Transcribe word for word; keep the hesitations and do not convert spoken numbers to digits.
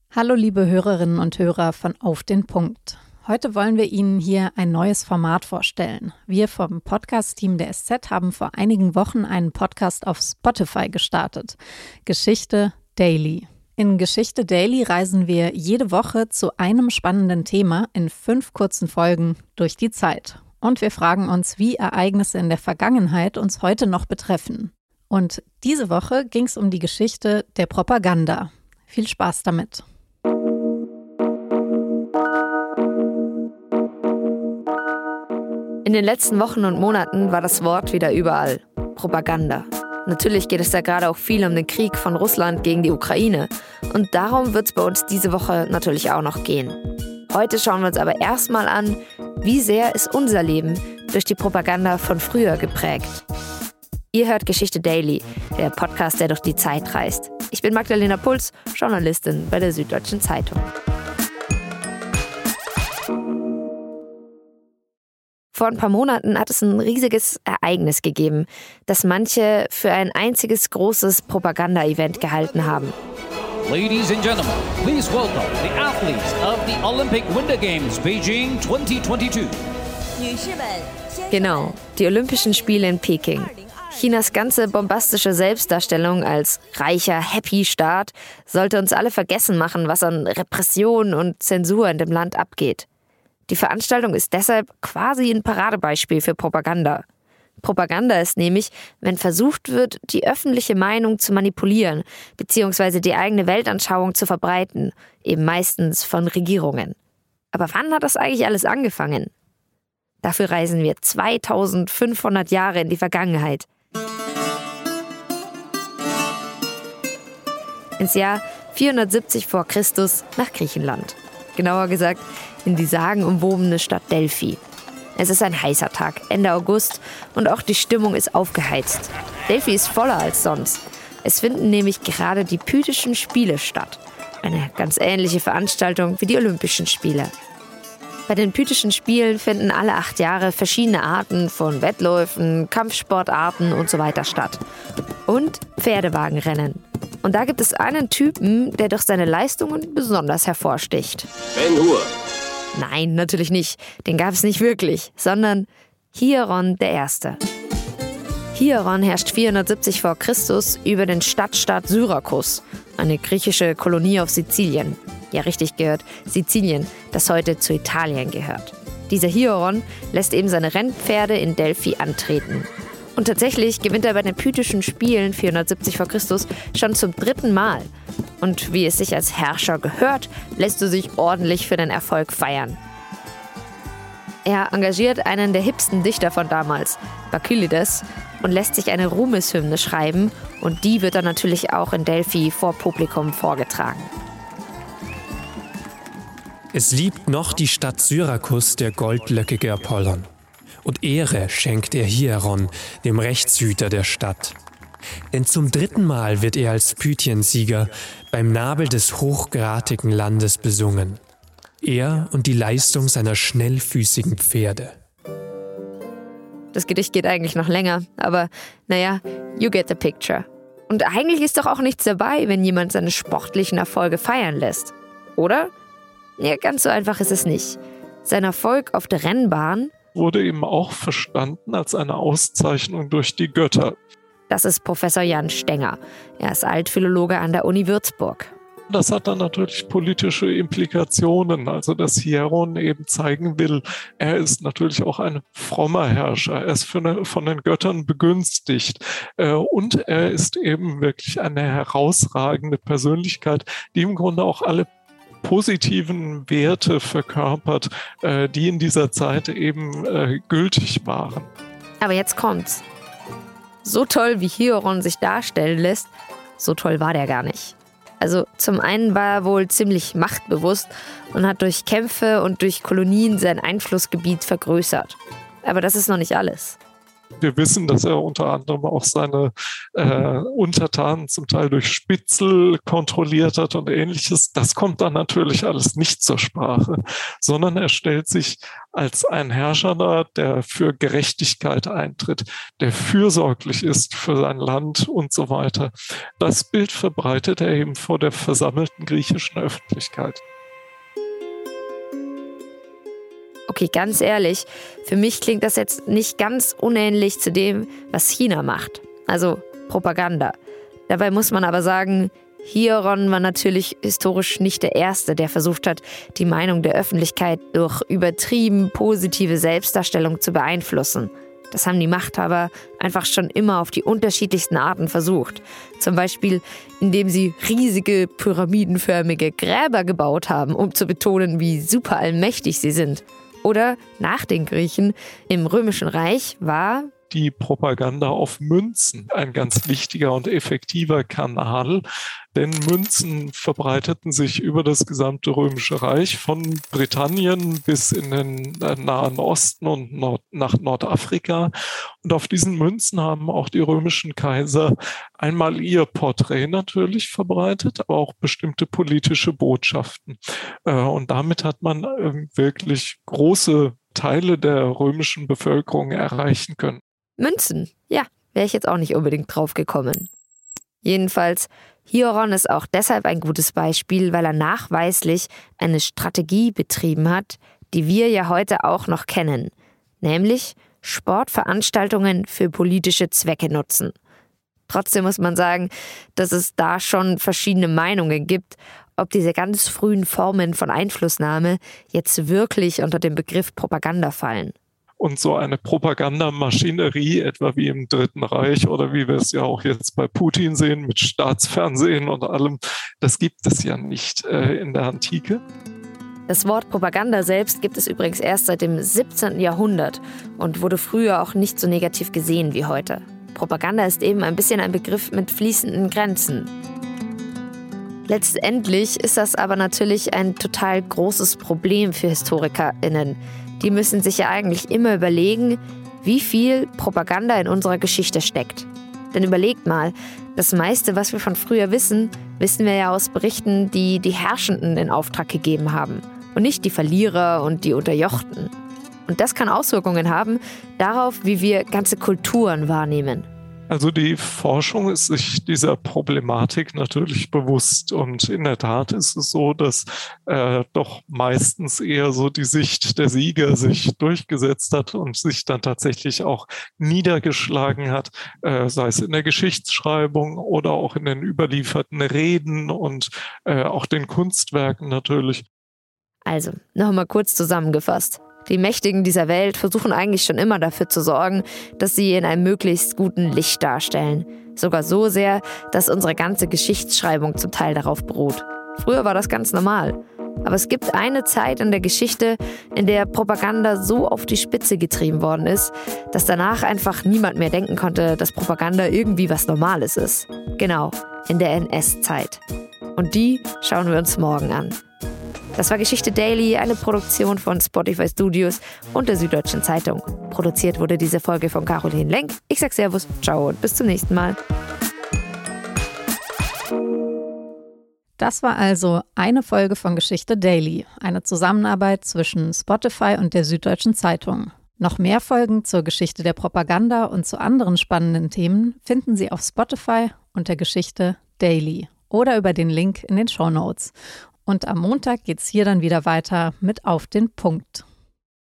Hallo liebe Hörerinnen und Hörer von Auf den Punkt. Heute wollen wir Ihnen hier ein neues Format vorstellen. Wir vom Podcast-Team der S Z haben vor einigen Wochen einen Podcast auf Spotify gestartet. Geschichte Daily. In Geschichte Daily reisen wir jede Woche zu einem spannenden Thema in fünf kurzen Folgen durch die Zeit. Und wir fragen uns, wie Ereignisse in der Vergangenheit uns heute noch betreffen. Und diese Woche ging es um die Geschichte der Propaganda. Viel Spaß damit. In den letzten Wochen und Monaten war das Wort wieder überall. Propaganda. Natürlich geht es da gerade auch viel um den Krieg von Russland gegen die Ukraine. Und darum wird es bei uns diese Woche natürlich auch noch gehen. Heute schauen wir uns aber erstmal an, wie sehr ist unser Leben durch die Propaganda von früher geprägt. Ihr hört Geschichte Daily, der Podcast, der durch die Zeit reist. Ich bin Magdalena Puls, Journalistin bei der Süddeutschen Zeitung. Vor ein paar Monaten hat es ein riesiges Ereignis gegeben, das manche für ein einziges großes Propaganda-Event gehalten haben. Ladies and gentlemen, please welcome the athletes of the Olympic Winter Games Beijing zwanzig zweiundzwanzig. Genau, die Olympischen Spiele in Peking. Chinas ganze bombastische Selbstdarstellung als reicher, happy Staat sollte uns alle vergessen machen, was an Repression und Zensur in dem Land abgeht. Die Veranstaltung ist deshalb quasi ein Paradebeispiel für Propaganda. Propaganda ist nämlich, wenn versucht wird, die öffentliche Meinung zu manipulieren, beziehungsweise die eigene Weltanschauung zu verbreiten, eben meistens von Regierungen. Aber wann hat das eigentlich alles angefangen? Dafür reisen wir zweitausendfünfhundert Jahre in die Vergangenheit. Ins Jahr vierhundertsiebzig vor Christus nach Griechenland. Genauer gesagt, in die sagenumwobene Stadt Delphi. Es ist ein heißer Tag, Ende August, und auch die Stimmung ist aufgeheizt. Delphi ist voller als sonst. Es finden nämlich gerade die Pythischen Spiele statt. Eine ganz ähnliche Veranstaltung wie die Olympischen Spiele. Bei den Pythischen Spielen finden alle acht Jahre verschiedene Arten von Wettläufen, Kampfsportarten und so weiter statt. Und Pferdewagenrennen. Und da gibt es einen Typen, der durch seine Leistungen besonders hervorsticht. Ben Hur. Nein, natürlich nicht. Den gab es nicht wirklich, sondern Hieron der Erste. Hieron herrscht vierhundertsiebzig vor Christus über den Stadtstaat Syrakus, eine griechische Kolonie auf Sizilien. Ja, richtig gehört, Sizilien, das heute zu Italien gehört. Dieser Hieron lässt eben seine Rennpferde in Delphi antreten. Und tatsächlich gewinnt er bei den Pythischen Spielen vierhundertsiebzig vor Christus schon zum dritten Mal. Und wie es sich als Herrscher gehört, lässt er sich ordentlich für den Erfolg feiern. Er engagiert einen der hipsten Dichter von damals, Bakylides, und lässt sich eine Ruhmeshymne schreiben. Und die wird dann natürlich auch in Delphi vor Publikum vorgetragen. Es liebt noch die Stadt Syrakus der goldlöckige Apollon. Und Ehre schenkt er Hieron, dem Rechtshüter der Stadt. Denn zum dritten Mal wird er als Pythien-Sieger beim Nabel des hochgratigen Landes besungen. Er und die Leistung seiner schnellfüßigen Pferde. Das Gedicht geht eigentlich noch länger, aber naja, you get the picture. Und eigentlich ist doch auch nichts dabei, wenn jemand seine sportlichen Erfolge feiern lässt. Oder? Ja, ganz so einfach ist es nicht. Sein Erfolg auf der Rennbahn wurde eben auch verstanden als eine Auszeichnung durch die Götter. Das ist Professor Jan Stenger. Er ist Altphilologe an der Uni Würzburg. Das hat dann natürlich politische Implikationen, also dass Hieron eben zeigen will, er ist natürlich auch ein frommer Herrscher, er ist von den Göttern begünstigt und er ist eben wirklich eine herausragende Persönlichkeit, die im Grunde auch alle positiven Werte verkörpert, äh, die in dieser Zeit eben äh, gültig waren. Aber jetzt kommt's. So toll, wie Hieron sich darstellen lässt, so toll war der gar nicht. Also zum einen war er wohl ziemlich machtbewusst und hat durch Kämpfe und durch Kolonien sein Einflussgebiet vergrößert. Aber das ist noch nicht alles. Wir wissen, dass er unter anderem auch seine äh, Untertanen zum Teil durch Spitzel kontrolliert hat und Ähnliches. Das kommt dann natürlich alles nicht zur Sprache, sondern er stellt sich als ein Herrscher dar, der für Gerechtigkeit eintritt, der fürsorglich ist für sein Land und so weiter. Das Bild verbreitet er eben vor der versammelten griechischen Öffentlichkeit. Okay, ganz ehrlich, für mich klingt das jetzt nicht ganz unähnlich zu dem, was China macht. Also Propaganda. Dabei muss man aber sagen, Hieron war natürlich historisch nicht der Erste, der versucht hat, die Meinung der Öffentlichkeit durch übertrieben positive Selbstdarstellung zu beeinflussen. Das haben die Machthaber einfach schon immer auf die unterschiedlichsten Arten versucht. Zum Beispiel, indem sie riesige pyramidenförmige Gräber gebaut haben, um zu betonen, wie super allmächtig sie sind. Oder nach den Griechen im Römischen Reich war die Propaganda auf Münzen ein ganz wichtiger und effektiver Kanal, denn Münzen verbreiteten sich über das gesamte Römische Reich von Britannien bis in den Nahen Osten und Nord- nach Nordafrika. Und auf diesen Münzen haben auch die römischen Kaiser einmal ihr Porträt natürlich verbreitet, aber auch bestimmte politische Botschaften. Und damit hat man wirklich große Teile der römischen Bevölkerung erreichen können. Münzen. Ja, wäre ich jetzt auch nicht unbedingt drauf gekommen. Jedenfalls, Hieron ist auch deshalb ein gutes Beispiel, weil er nachweislich eine Strategie betrieben hat, die wir ja heute auch noch kennen, nämlich Sportveranstaltungen für politische Zwecke nutzen. Trotzdem muss man sagen, dass es da schon verschiedene Meinungen gibt, ob diese ganz frühen Formen von Einflussnahme jetzt wirklich unter den Begriff Propaganda fallen. Und so eine Propagandamaschinerie, etwa wie im Dritten Reich oder wie wir es ja auch jetzt bei Putin sehen, mit Staatsfernsehen und allem, das gibt es ja nicht äh, in der Antike. Das Wort Propaganda selbst gibt es übrigens erst seit dem siebzehnten Jahrhundert und wurde früher auch nicht so negativ gesehen wie heute. Propaganda ist eben ein bisschen ein Begriff mit fließenden Grenzen. Letztendlich ist das aber natürlich ein total großes Problem für HistorikerInnen. Die müssen sich ja eigentlich immer überlegen, wie viel Propaganda in unserer Geschichte steckt. Denn überlegt mal, das meiste, was wir von früher wissen, wissen wir ja aus Berichten, die die Herrschenden in Auftrag gegeben haben und nicht die Verlierer und die Unterjochten. Und das kann Auswirkungen haben darauf, wie wir ganze Kulturen wahrnehmen. Also die Forschung ist sich dieser Problematik natürlich bewusst und in der Tat ist es so, dass äh, doch meistens eher so die Sicht der Sieger sich durchgesetzt hat und sich dann tatsächlich auch niedergeschlagen hat, äh, sei es in der Geschichtsschreibung oder auch in den überlieferten Reden und äh, auch den Kunstwerken natürlich. Also, nochmal kurz zusammengefasst. Die Mächtigen dieser Welt versuchen eigentlich schon immer dafür zu sorgen, dass sie in einem möglichst guten Licht darstellen. Sogar so sehr, dass unsere ganze Geschichtsschreibung zum Teil darauf beruht. Früher war das ganz normal. Aber es gibt eine Zeit in der Geschichte, in der Propaganda so auf die Spitze getrieben worden ist, dass danach einfach niemand mehr denken konnte, dass Propaganda irgendwie was Normales ist. Genau, in der N S-Zeit. Und die schauen wir uns morgen an. Das war Geschichte Daily, eine Produktion von Spotify Studios und der Süddeutschen Zeitung. Produziert wurde diese Folge von Caroline Lenk. Ich sag Servus, ciao und bis zum nächsten Mal. Das war also eine Folge von Geschichte Daily, eine Zusammenarbeit zwischen Spotify und der Süddeutschen Zeitung. Noch mehr Folgen zur Geschichte der Propaganda und zu anderen spannenden Themen finden Sie auf Spotify unter Geschichte Daily oder über den Link in den Shownotes. Und am Montag geht's hier dann wieder weiter mit Auf den Punkt.